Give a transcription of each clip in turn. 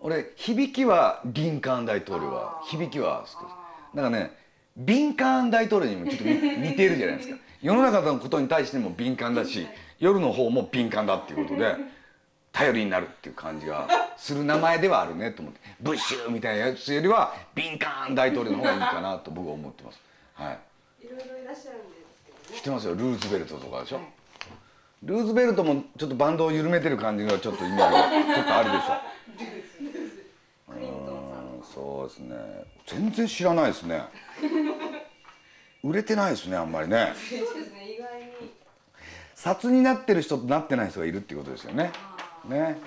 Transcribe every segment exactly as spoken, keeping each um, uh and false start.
俺響きはリンカーン大統領は響きは好きです。だからね敏感大統領にもちょっと似ているじゃないですか。世の中のことに対しても敏感だし、夜の方も敏感だっていうことで頼りになるっていう感じがする名前ではあるねと思って、ブッシュみたいなやつよりは敏感大統領の方がいいかなと僕は思ってます。はい。 いろいろいらっしゃるんですけどね。 知ってますよ、ルーズベルトとかでしょ。はい、ルーズベルトもちょっとバンドを緩めてる感じがちょっとイメージがちょっとあるでしょ。 クリントンさん。 そうですね。全然知らないですね。売れてないですね、あんまりね。 そうですね、意外に。 札になってる人となってない人がいるっていうことですよね。ね。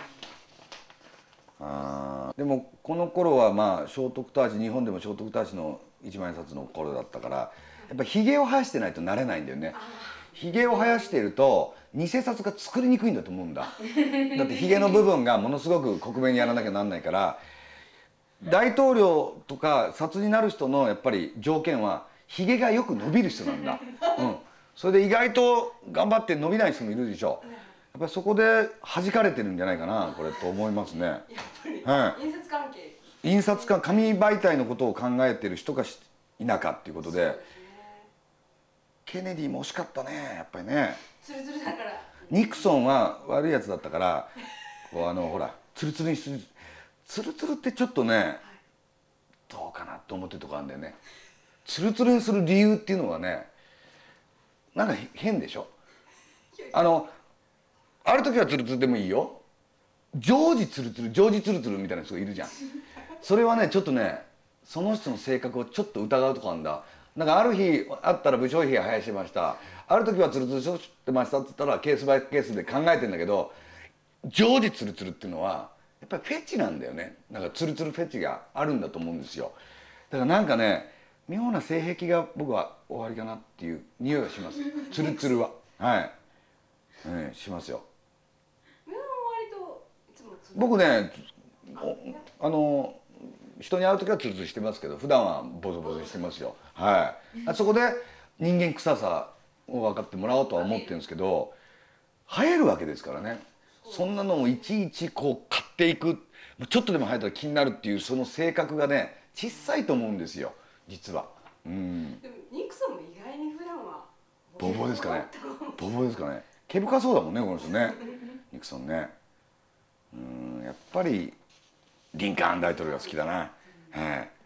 あでもこの頃はまあ聖徳太子、日本でも聖徳太子の一万円札の頃だったから、やっぱひげを生やしてないとなれないんだよね。ひげを生やしていると偽札が作りにくいんだと思うんだ。だってひげの部分がものすごく克明にやらなきゃなんないから、大統領とか札になる人のやっぱり条件はひげがよく伸びる人なんだ。うん。それで意外と頑張って伸びない人もいるでしょ。やっぱりそこで弾かれてるんじゃないかなこれと思いますね。やっぱり、はい、印刷関係。 印刷か紙媒体のことを考えてる人か否かっていうことで、ケネディも惜しかったねやっぱりね。 ツルツルだから。 ニクソンは悪いやつだったから、こうあのほらツルツルにする、ツルツルってちょっとねどうかなと思ってるとこあるんだよね。ツルツルにする理由っていうのはね、なんか変でしょ。あのある時はツルツルでもいいよ。常時ツルツル、常時ツルツルみたいな人がいるじゃん。それはねちょっとねその人の性格をちょっと疑うとこあるんだ。なんかある日あったら無償費が生やしてました、ある時はツルツルしてましたって言ったらケースバイケースで考えてんだけど、常時ツルツルっていうのはやっぱりフェチなんだよね。なんかツルツルフェチがあるんだと思うんですよ。だからなんかね妙な性癖が僕は終わりかなっていう匂いがします。ツルツルははい、えー、しますよ。僕ねあの人に会う時はツルツルしてますけど、普段はボソボソしてますよ。はい。そこで人間臭さを分かってもらおうとは思ってるんですけど、生えるわけですからね。そんなのをいちいちこう買っていく、ちょっとでも生えたら気になるっていうその性格がね小さいと思うんですよ実は。うん。 でもニクソンも意外に普段はボーボーですかね。ボーボーですかね。毛深そうだもんねこの人ね。ニクソンね。うん、やっぱりリンカーン大統領が好きだな。はい。